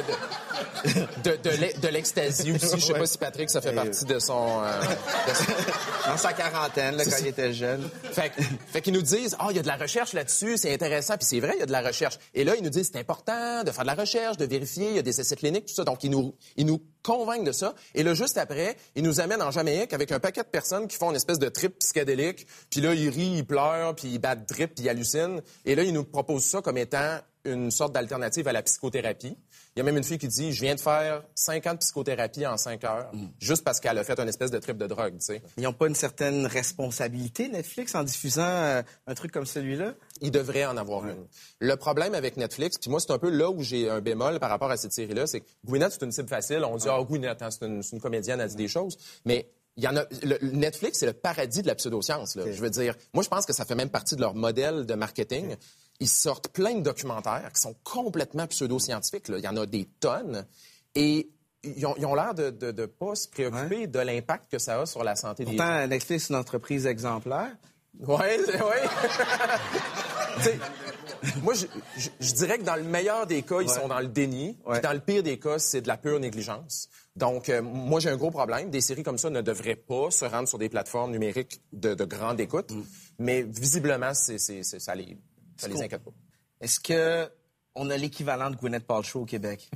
De, de, de, de, de l'ecstasy aussi. Je sais ouais. pas si Patrick, ça fait partie de son... Euh, de son... Dans sa quarantaine, là, quand il était jeune. Fait, fait qu'ils nous disent, ah, oh, il y a de la recherche là-dessus, c'est intéressant. Puis c'est vrai, il y a de la recherche. Et là, ils nous disent, c'est important de faire de la recherche, de vérifier, il y a des essais cliniques, tout ça. Donc, ils nous, ils nous convainquent de ça. Et là, juste après, ils nous amènent en Jamaïque avec un paquet de personnes qui font une espèce de trip psychédélique. Puis là, ils rient, ils pleurent, puis ils battent drip, puis ils hallucinent. Et là, ils nous proposent ça comme étant une sorte d'alternative à la psychothérapie. Il y a même une fille qui dit, je viens de faire cinq ans de psychothérapie en cinq heures, mm. juste parce qu'elle a fait une espèce de trip de drogue, tu sais. Ils n'ont pas une certaine responsabilité, Netflix, en diffusant euh, un truc comme celui-là? Ils devraient en avoir ouais. une. Le problème avec Netflix, puis moi, c'est un peu là où j'ai un bémol par rapport à cette série-là, c'est que Gwyneth, c'est une cible facile. On dit, ah, ouais. oh, Gwyneth, hein, c'est, une, c'est une comédienne, elle dit des choses. Mais Il y en a, le, Netflix, c'est le paradis de la pseudoscience. Là. Okay. Je veux dire, moi, je pense que ça fait même partie de leur modèle de marketing. Okay. Ils sortent plein de documentaires qui sont complètement pseudoscientifiques. Là. Il y en a des tonnes. Et ils ont, ils ont l'air de ne de, de pas se préoccuper ouais. de l'impact que ça a sur la santé Pourtant, des gens. Pourtant, Netflix, c'est une entreprise exemplaire. Oui, oui. Tu sais, moi, je, je, je dirais que dans le meilleur des cas, ils ouais. sont dans le déni. Ouais. Puis dans le pire des cas, c'est de la pure négligence. Donc, euh, moi, j'ai un gros problème. Des séries comme ça ne devraient pas se rendre sur des plateformes numériques de, de grande écoute. Mm. Mais visiblement, c'est, c'est, c'est, ça les, ça les inquiète pas. Est-ce que on a l'équivalent de Gwyneth Paltrow au Québec?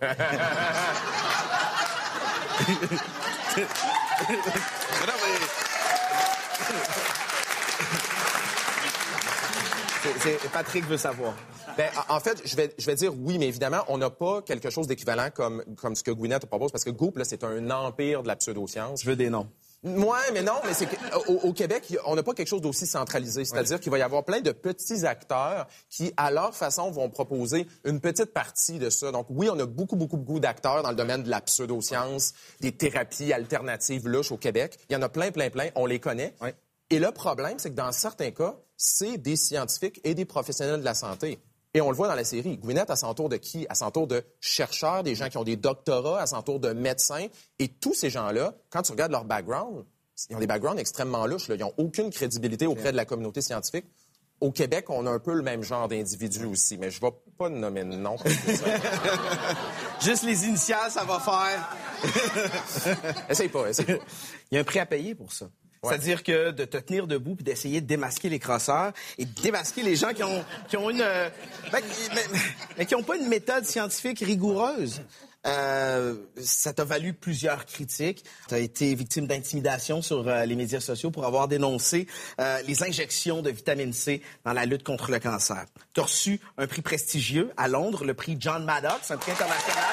c'est, c'est, Patrick veut savoir. Ben, en fait, je vais, je vais dire oui, mais évidemment, on n'a pas quelque chose d'équivalent comme, comme ce que Gwyneth propose, parce que Goop, là, c'est un empire de la pseudoscience. Je veux des noms. Ouais, mais non, mais c'est qu'au au Québec, on n'a pas quelque chose d'aussi centralisé. C'est-à-dire ouais. qu'il va y avoir plein de petits acteurs qui, à leur façon, vont proposer une petite partie de ça. Donc oui, on a beaucoup, beaucoup, beaucoup d'acteurs dans le domaine de la pseudoscience, des thérapies alternatives louches au Québec. Il y en a plein, plein, plein. On les connaît. Ouais. Et le problème, c'est que dans certains cas, c'est des scientifiques et des professionnels de la santé. Et on le voit dans la série. Gwyneth, elle s'entoure de qui? Elle s'entoure de chercheurs, des gens qui ont des doctorats, elle s'entoure de médecins. Et tous ces gens-là, quand tu regardes leur background, ils ont des backgrounds extrêmement louches. Là. Ils n'ont aucune crédibilité auprès de la communauté scientifique. Au Québec, on a un peu le même genre d'individus aussi, mais je ne vais pas nommer de nom. Juste les initiales, ça va faire. Essaye pas, essaye pas. Il y a un prix à payer pour ça. Ouais. C'est-à-dire que de te tenir debout puis d'essayer de démasquer les crosseurs et de démasquer les gens qui ont, qui ont une... Ben, mais, mais qui n'ont pas une méthode scientifique rigoureuse. Euh, ça t'a valu plusieurs critiques. Tu as été victime d'intimidation sur euh, les médias sociaux pour avoir dénoncé euh, les injections de vitamine C dans la lutte contre le cancer. Tu as reçu un prix prestigieux à Londres, le prix John Maddox, un prix international.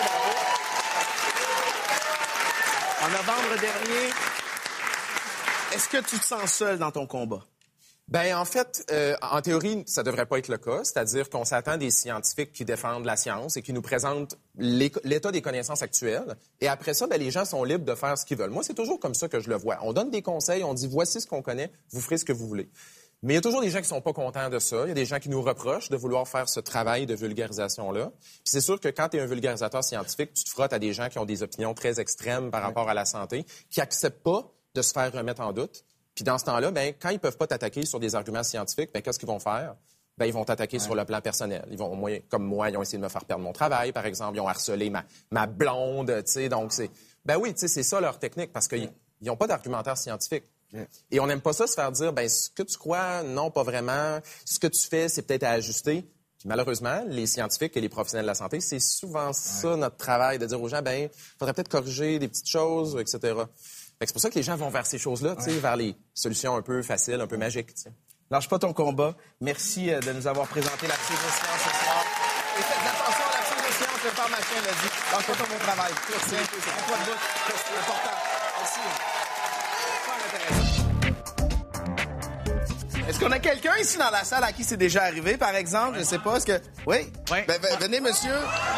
En novembre dernier... Est-ce que tu te sens seul dans ton combat? Ben en fait, euh, en théorie, ça devrait pas être le cas. C'est-à-dire qu'on s'attend des scientifiques qui défendent la science et qui nous présentent l'état des connaissances actuelles. Et après ça, ben, les gens sont libres de faire ce qu'ils veulent. Moi, c'est toujours comme ça que je le vois. On donne des conseils, on dit voici ce qu'on connaît, vous ferez ce que vous voulez. Mais il y a toujours des gens qui sont pas contents de ça. Il y a des gens qui nous reprochent de vouloir faire ce travail de vulgarisation-là. Puis c'est sûr que quand tu es un vulgarisateur scientifique, tu te frottes à des gens qui ont des opinions très extrêmes par rapport à la santé, qui acceptent pas de se faire remettre en doute. Puis dans ce temps-là, ben quand ils peuvent pas t'attaquer sur des arguments scientifiques, ben qu'est-ce qu'ils vont faire? Ben ils vont t'attaquer ouais. sur le plan personnel. Ils vont, moi, comme moi, ils ont essayé de me faire perdre mon travail, par exemple. Ils ont harcelé ma, ma blonde, tu sais. Donc c'est, ben oui, tu sais, c'est ça leur technique parce qu'ils n'ont pas d'argumentaire scientifique. Ouais. Et on n'aime pas ça se faire dire, ben ce que tu crois, non, pas vraiment. Ce que tu fais, c'est peut-être à ajuster. Puis malheureusement, les scientifiques et les professionnels de la santé, c'est souvent ouais. ça notre travail de dire aux gens, ben faudrait peut-être corriger des petites choses, et cetera. C'est pour ça que les gens vont vers ces choses-là, ouais. vers les solutions un peu faciles, un peu magiques. T'sais. Lâche pas ton combat. Merci de nous avoir présenté la pseudoscience ce soir. Et faites attention à la pseudoscience, le pharmacien l'a dit. Lâche pas ton bon travail. Merci. C'est pour toi de bout. C'est important. Merci. Est-ce qu'on a quelqu'un ici dans la salle à qui c'est déjà arrivé, par exemple? Ouais. Je sais pas. Est-ce que... Oui? Oui. Ben, venez, monsieur.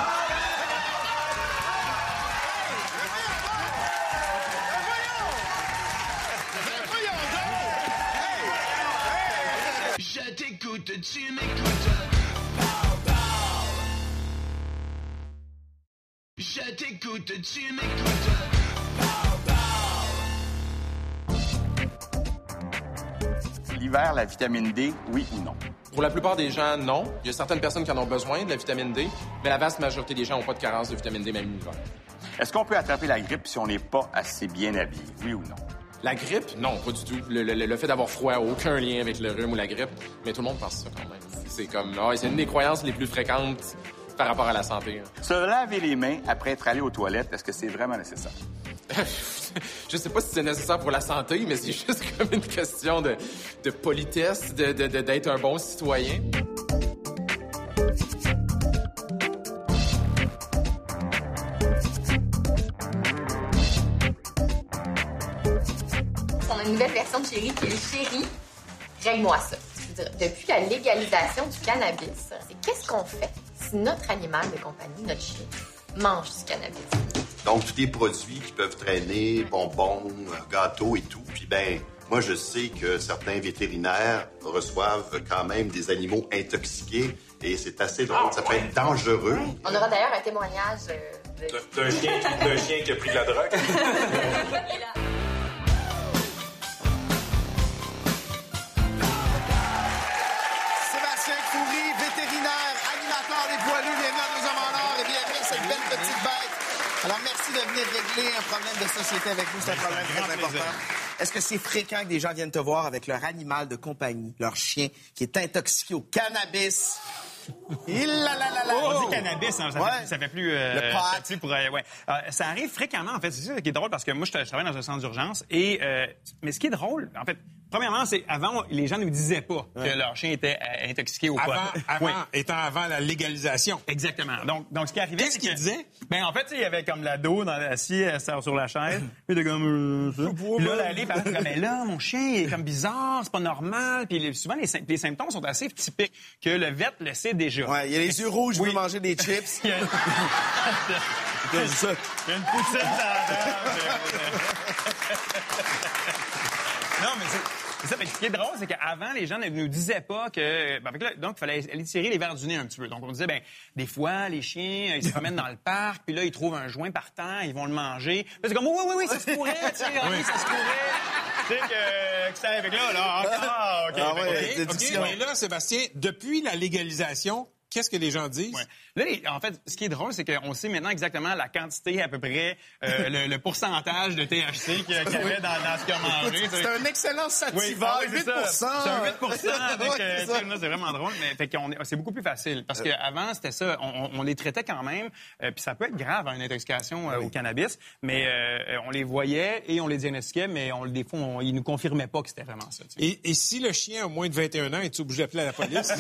Tu m'écoutes. Je t'écoute, tu m'écoutes. L'hiver, la vitamine D, oui ou non? Pour la plupart des gens, non. Il y a certaines personnes qui en ont besoin de la vitamine D, mais la vaste majorité des gens n'ont pas de carence de vitamine D, même l'hiver. Est-ce qu'on peut attraper la grippe si on n'est pas assez bien habillé, oui ou non? La grippe? Non, pas du tout. Le, le, le fait d'avoir froid n'a aucun lien avec le rhume ou la grippe, mais tout le monde pense ça quand même. C'est comme, oh, c'est une des croyances les plus fréquentes par rapport à la santé. Se laver les mains après être allé aux toilettes, est-ce que c'est vraiment nécessaire? Je sais pas si c'est nécessaire pour la santé, mais c'est juste comme une question de, de politesse, de, de, de, d'être un bon citoyen. On a une nouvelle version de Chéri qui est Chéri, règle-moi ça. Je veux dire, depuis la légalisation du cannabis, c'est qu'est-ce qu'on fait si notre animal de compagnie, notre chien, mange du cannabis? Donc, tous les produits qui peuvent traîner, bonbons, gâteaux et tout. Puis, ben, moi, je sais que certains vétérinaires reçoivent quand même des animaux intoxiqués et c'est assez drôle. Ça peut être dangereux. On aura d'ailleurs un témoignage euh, de... D'un chien, qui- d'un chien qui a pris de la drogue. Sébastien Khoury, vétérinaire, animateur des poilus, bienvenue à Deux Hommes en or et bienvenue à cette belle petite bête. Alors, merci de venir régler un problème de société avec nous. C'est un problème très important. Est-ce que c'est fréquent que des gens viennent te voir avec leur animal de compagnie, leur chien, qui est intoxiqué au cannabis? Il la la la la. On dit cannabis, hein, ça, Ouais. fait, ça fait plus... Euh, Le pot. ça fait pour, euh, ouais. Euh, ça arrive fréquemment, en fait. C'est ça qui est drôle, parce que moi, je, je travaille dans un centre d'urgence. Et, euh, mais ce qui est drôle, en fait, premièrement, c'est avant, les gens ne nous disaient pas Ouais. que leur chien était euh, intoxiqué au pot. Avant, avant Oui. étant avant la légalisation. Exactement. Donc, donc ce qui arrivait, Qu'est-ce c'est qu'il que- disait? Ben, en fait, tu sais, il y avait comme l'ado dans assis euh, sur la chaise. Puis il était comme euh, ça. Puis là, l'aller parlait comme, mais là, mon chien il est comme bizarre, c'est pas normal. Puis les- souvent, les, sym- les symptômes sont assez typiques que le vet le sait déjà. Ouais, il y a les yeux rouges, il Oui. veut manger des chips. Il y a- Comme ça. Il y a une poutine dans la table. Non, mais c'est... c'est ça, mais ce qui est drôle, c'est qu'avant, les gens ne nous disaient pas que... Ben, fait que là, donc, il fallait aller tirer les verres du nez un petit peu. Donc, on disait, ben des fois, les chiens, ils se promènent dans le parc, puis là, ils trouvent un joint par terre, ils vont le manger. Puis c'est comme, oui, oui, oui, ça se pourrait, tu sais, oui, ça se pourrait. Tu sais, que, que ça avec là, là, encore, OK. Ah ouais, Fait que- c'est OK, discussion. mais là, Sébastien, depuis la légalisation, qu'est-ce que les gens disent? Ouais. Là, les- en fait, ce qui est drôle, c'est qu'on sait maintenant exactement la quantité, à peu près, euh, le, le pourcentage de T H C qu'il y avait dans, dans ce qu'il a mangé. C'est un excellent Oui, sativa, ah oui, c'est huit ça. pour cent. C'est un huit pour cent. Ouais, Donc, euh, c'est tu ça. sais, là, c'est vraiment drôle, mais fait qu'on est- c'est beaucoup plus facile. Parce qu'avant, c'était ça. On, on- on les traitait quand même. euh, Puis ça peut être grave, hein, une intoxication euh, au cannabis. Mais euh, on les voyait et on les diagnostiquait, mais on, des fois, on, ils nous confirmaient pas que c'était vraiment ça. tu sais. Et, et si le chien a moins de vingt et un ans, es-tu obligé d'appeler la police?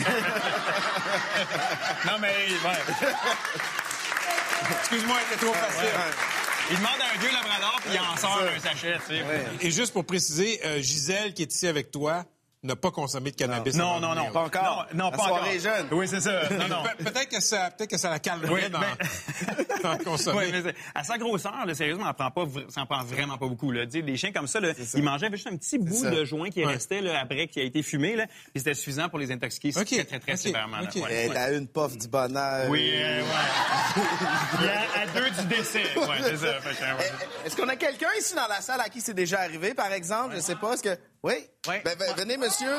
Non, mais... Ouais. Excuse-moi, c'était trop facile. Il demande à un vieux labrador, puis il en sort un sachet, tu sais. Et juste pour préciser, euh, Gisèle, qui est ici avec toi, n'a pas consommé de cannabis. Non, avant non, de non. venir. Pas encore. Non, non, La pas soirée encore. est jeune. Oui, c'est ça. Non, non. Pe- Peut-être que ça, peut-être que ça la calmerait Oui, dans, mais- dans le consommer. Oui, mais c'est- à sa grosseur, là, sérieusement, on en prend pas, vr- ça en prend vraiment pas beaucoup. Là. Tu sais, des chiens comme ça, là, ils mangeaient juste un petit bout ça. de joint qui Ouais. restait là, après qui a été fumé, là, puis c'était suffisant pour les intoxiquer OK, très, très, très OK, sévèrement. là. OK. Ouais. Elle a une puff du bonheur. Oui, euh, ouais. Il y a à deux du décès. Ouais, c'est ça. Fait que, ouais. Est-ce qu'on a quelqu'un ici dans la salle à qui c'est déjà arrivé, par exemple? Je sais pas. Est-ce que... Oui? Ouais. Ben, ben, venez, monsieur.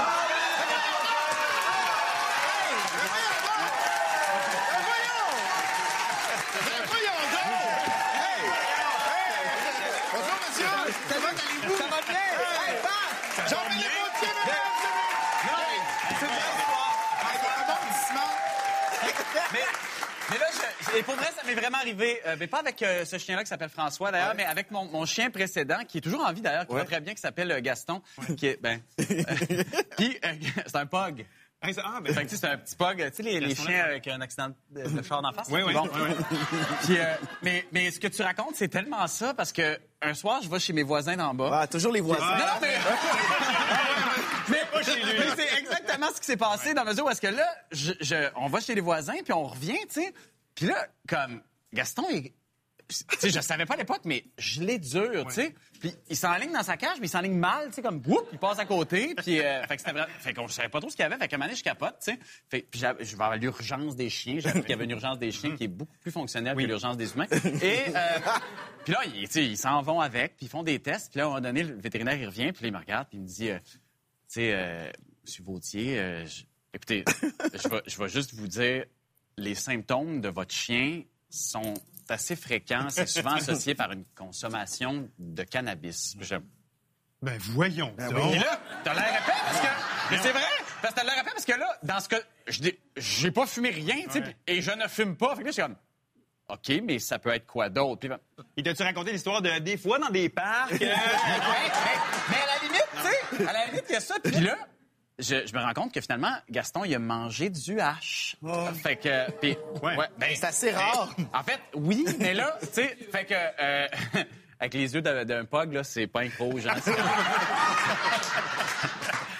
Bonjour, monsieur. Comment allez-vous? Ça va bien. Hey, Pat! Jean-Philippe Gaultier, mesdames et messieurs. C'est bien soir. Un rebondissement. Mais, mais là, je, et pour vrai, ça m'est vraiment arrivé. Euh, mais pas avec euh, ce chien-là qui s'appelle François, d'ailleurs, mais avec mon, mon chien précédent, qui est toujours en vie, d'ailleurs, qui va très bien, qui s'appelle euh, Gaston, qui est, ben... euh, puis, euh, c'est un pug. Ah, ben, fait que, tu sais, c'est un petit pug. Tu sais, les, les chiens avec un accident de, de char d'en face? Oui, oui. Bon. oui, oui. Puis, euh, mais, mais ce que tu racontes, c'est tellement ça, parce que un soir, je vais chez mes voisins d'en bas. Ah, toujours les voisins. Non, non, mais... mais pas chez lui. Mais c'est exactement ce qui s'est passé dans la mesure où est-ce que là, je, je- on va chez les voisins, puis on revient, tu sais. Puis là, comme Gaston, il... tu sais, je savais pas à l'époque, mais je l'ai dur, tu sais. Puis il s'enligne dans sa cage, mais il s'enligne mal, tu sais, comme, whoop, il passe à côté. Puis, euh, fait que c'était vrai. Fait qu'on savait pas trop ce qu'il y avait. Fait qu'à un moment donné, je capote, tu sais. Fait puis j'avais- je vais à l'urgence des chiens. J'ai appris qu'il y avait une urgence des chiens qui est beaucoup plus fonctionnelle que l'urgence des humains. Et, euh, puis là, ils, tu sais, ils s'en vont avec, puis ils font des tests. Puis là, à un moment donné, le vétérinaire, il revient, puis là, il me regarde, puis il me dit, euh, tu sais, euh, Monsieur Vautier, euh, je- écoutez, je vais, je vais juste vous dire, les symptômes de votre chien sont assez fréquents. C'est souvent associé par une consommation de cannabis. Je... Ben voyons Ben donc. oui. Et là, t'as l'air épais parce que... Mais c'est vrai! Parce que t'as l'air épais parce que là, dans ce que... je dis- J'ai pas fumé rien, tu sais, Ouais. et je ne fume pas. Fait que là, je suis comme... OK, mais ça peut être quoi d'autre? Puis, ben, Il t'a-tu raconté l'histoire de des fois dans des parcs? euh, mais, mais- mais à la limite, tu sais, à la limite, il y a ça. Puis là, je, je me rends compte que finalement, Gaston, il a mangé du hache. Fait que... Puis, Ouais. ben, C'est assez rare. en fait, oui, mais là, tu sais, fait que... euh, avec les yeux d'un d'un pug, là, c'est pas rouge. Hein, c'est-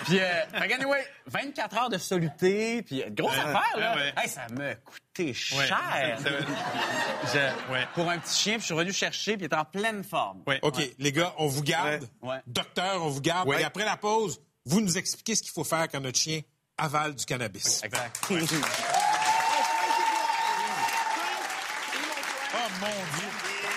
Puis, euh, fait anyway, vingt-quatre heures de soluté, puis grosse Ouais, affaire, là. ouais, ouais. Hey, ça m'a coûté cher. Ouais, ça- Je- Ouais. Pour un petit chien, puis je suis revenu chercher, puis il était en pleine forme. Ouais. OK, les gars, on vous garde. Ouais. Ouais. Docteur, on vous garde. Ouais. Et après la pause, vous nous expliquez ce qu'il faut faire quand notre chien avale du cannabis. Exact. Oh mon Dieu!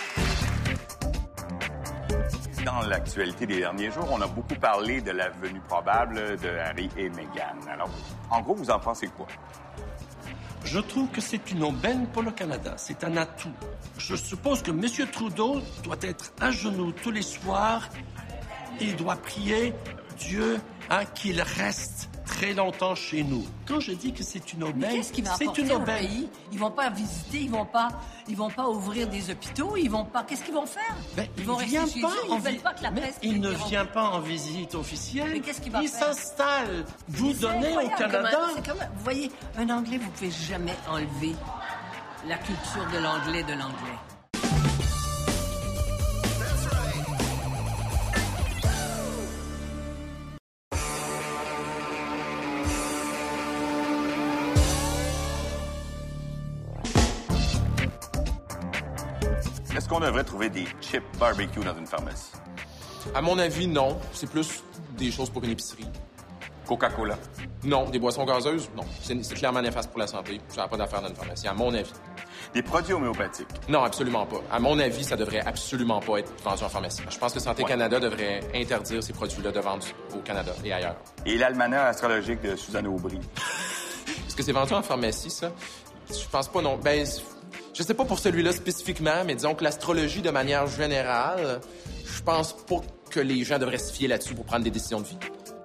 Dans l'actualité des derniers jours, on a beaucoup parlé de la venue probable de Harry et Meghan. Alors, en gros, vous en pensez quoi? Je trouve que c'est une aubaine pour le Canada. C'est un atout. Je suppose que M. Trudeau doit être à genoux tous les soirs et il doit prier Dieu hein, qu'il reste très longtemps chez nous. Quand je dis que c'est une Mais aubaine, qu'est-ce qu'il va c'est apporter une au aubaine. pays? Ils vont pas visiter, ils vont pas, ils vont pas ouvrir des hôpitaux, ils vont pas. Qu'est-ce qu'ils vont faire? Ben, Ils vont il rester vient chez pas eux. Ils en veulent vi- pas que la Mais presse. il ne les vient pas en visite officielle. Mais qu'est-ce qu'il va il faire? s'installe. Vous C'est donnez au incroyable Canada. comment- c'est comme- vous voyez, un Anglais, vous pouvez jamais enlever la culture de l'anglais de l'anglais. Est-ce qu'on devrait trouver des chips barbecue dans une pharmacie? À mon avis, non. C'est plus des choses pour une épicerie. Coca-Cola? Non. Des boissons gazeuses? Non. C'est c'est clairement néfaste pour la santé. Ça n'a pas d'affaire dans une pharmacie, à mon avis. Des produits homéopathiques? Non, absolument pas. À mon avis, ça devrait absolument pas être vendu en pharmacie. Je pense que Santé Ouais. Canada devrait interdire ces produits-là de vente au Canada et ailleurs. Et l'almanach astrologique de Suzanne Aubry? Est-ce que c'est vendu en pharmacie, ça? Je pense pas, non. Ben, je sais pas pour celui-là spécifiquement, mais disons que l'astrologie, de manière générale, je pense pas que les gens devraient se fier là-dessus pour prendre des décisions de vie.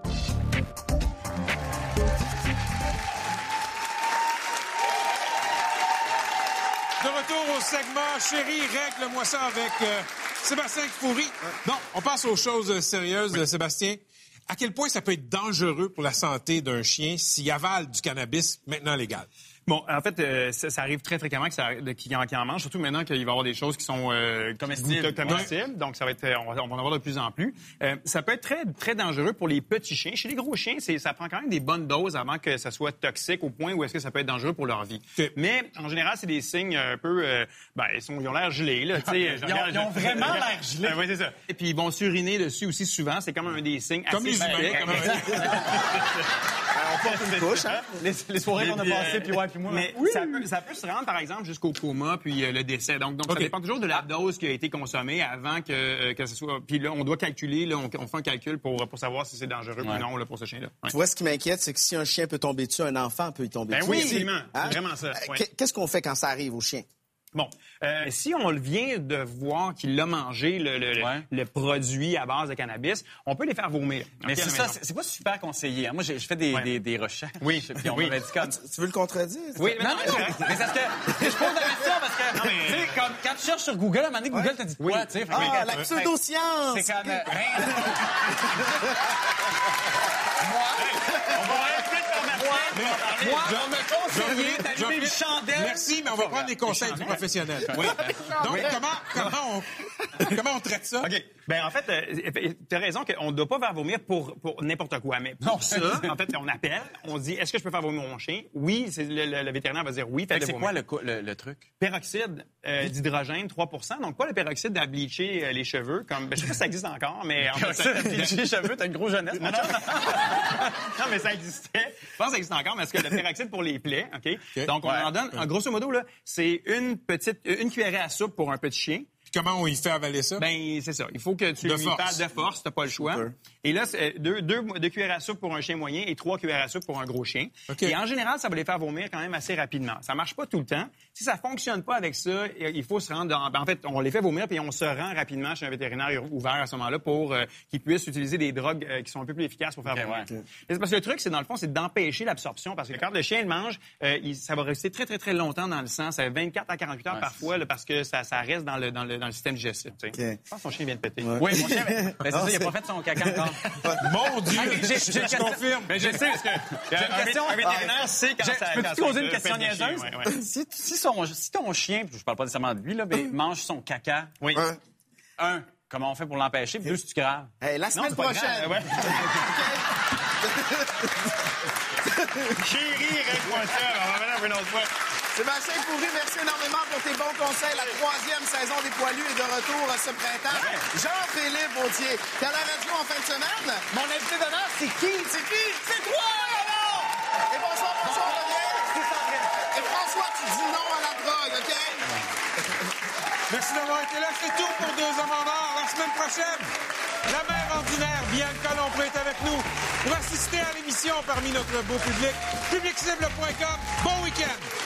De retour au segment Chérie, règle-moi ça avec euh, Sébastien Kfouri. Non, on passe aux choses sérieuses, oui. Sébastien. À quel point ça peut être dangereux pour la santé d'un chien s'il avale du cannabis maintenant légal? Bon, en fait, euh, ça, ça arrive très fréquemment que ça, qu'il en, qu'il en mange, surtout maintenant qu'il va y avoir des choses qui sont euh, Comestibles. comestibles. Ouais. Donc, ça va être, on va, on va en avoir de plus en plus. Euh, ça peut être très, très dangereux pour les petits chiens. Chez les gros chiens, c'est, ça prend quand même des bonnes doses avant que ça soit toxique au point où est-ce que ça peut être dangereux pour leur vie. Okay. Mais en général, c'est des signes un peu, euh, ben, ils, sont, ils ont l'air gelés là. Tu sais, ils, ont, ils ont vraiment l'air gelés. Euh, oui, c'est ça. Et puis ils vont s'uriner dessus aussi souvent. C'est comme un des signes comme assez les humains. Comme on porte une couche, hein? Les, les soirées qu'on a passées, puis ouais, puis moi. Mais oui. ça, peut, ça peut se rendre, par exemple, jusqu'au coma puis euh, le décès. Donc, donc okay. Ça dépend toujours de la dose qui a été consommée avant que, euh, que ce soit. Puis là, on doit calculer, là, on, on fait un calcul pour, pour savoir si c'est dangereux ouais. ou non là, pour ce chien-là. Ouais. Tu vois, ce qui m'inquiète, c'est que si un chien peut tomber dessus, un enfant peut y tomber ben dessus. Oui, absolument. Hein? C'est vraiment ça. Ouais. Qu'est-ce qu'on fait quand ça arrive au chien? Bon, euh, si on vient de voir qu'il a mangé le, le, ouais. le, le produit à base de cannabis, on peut les faire vomir. Mais c'est ça, c'est pas super conseillé. Hein? Moi, j'ai fait des, ouais. des, des recherches. Oui, puis on oui. m'avait dit comme... tu, tu veux le contredire? Oui, mais non, non, non. Mais c'est parce que je pose la question parce que, non, mais... tu sais, comme quand tu cherches sur Google, à un moment donné, Google ouais. t'a dit quoi, oui. tu sais? Ah, la pseudo-science! C'est comme... Moi, on va Moi, on m'a conseillé d'allumer une chandelle. Merci, mais on va prendre des conseils du professionnel. Oui. Donc, comment, comment, on, comment on traite ça? OK. Ben en fait, euh, tu as raison qu'on ne doit pas faire vomir pour, pour n'importe quoi. Mais pour non, ça, en fait, on appelle, on dit, est-ce que je peux faire vomir mon chien? Oui, c'est, le, le, le vétérinaire va dire oui, faites-le c'est vomir. C'est quoi le, le, le truc? Peroxyde euh, d'hydrogène, trois pour cent. Donc, pas le peroxyde à bleacher euh, les cheveux. Comme, ben, je sais pas si ça existe encore, mais... En fait, ça, bleacher les cheveux, t'as une grosse jeunesse. Non, non, non, mais ça existait. Je pense que ça existe encore, mais est-ce que le peroxyde pour les plaies, OK? okay. Donc, on ouais. en donne, en grosso modo, là, c'est une petite, une cuillerée à soupe pour un petit chien. Comment on y fait avaler ça? Ben c'est ça. Il faut que tu lui fasses de force, t'as pas le choix. Super. Et là, c'est deux, deux, deux cuillères à soupe pour un chien moyen et trois cuillères à soupe pour un gros chien. Okay. Et en général, ça va les faire vomir quand même assez rapidement. Ça marche pas tout le temps. Si ça fonctionne pas avec ça, il faut se rendre... Dans... En fait, on les fait vomir puis on se rend rapidement chez un vétérinaire ouvert à ce moment-là pour euh, qu'il puisse utiliser des drogues euh, qui sont un peu plus efficaces pour faire okay, vomir. Ouais. Okay. Mais c'est parce que le truc, c'est dans le fond, c'est d'empêcher l'absorption parce que quand le chien le mange, euh, il, ça va rester très, très, très longtemps dans le sang. Ça fait vingt-quatre à quarante-huit heures ouais, parfois là, parce que ça, ça reste dans le, dans le, dans le système digestif. Okay. Je pense que son chien vient de péter. Ouais. Oui, mon chien, mais c'est ça, il n'a pas fait son caca encore. Mon Dieu! Okay, j'ai, j'ai je confirme. Mais je sais, parce que j'ai une question. Un vétérinaire sait quand ça... Je peux te poser une question niaiseuse? Ouais, ouais. Si, si, son, si ton chien, je parle pas nécessairement de lui, là, mais mange son caca, oui. un, un comment on fait pour l'empêcher? Puis deux, c'est-tu grave? Hey, la semaine non, prochaine! Ouais. Chérie, règle-moi ça. On va venir une autre fois. Sébastien Coury, merci énormément pour tes bons conseils. La troisième saison des Poilus est de retour ce printemps. Jean-Philippe Vautier, t'es à la radio en fin de semaine? Mon invité d'honneur, c'est qui? C'est qui? C'est toi, alors! Et bonsoir, bonsoir, Daniel. Et François, tu dis non à la drogue, OK? Merci d'avoir été là. C'est tout pour Deux hommes en or. La semaine prochaine, la mère ordinaire, Bianca Lompré est avec nous pour assister à l'émission parmi notre beau public. public cible point com. Bon week-end!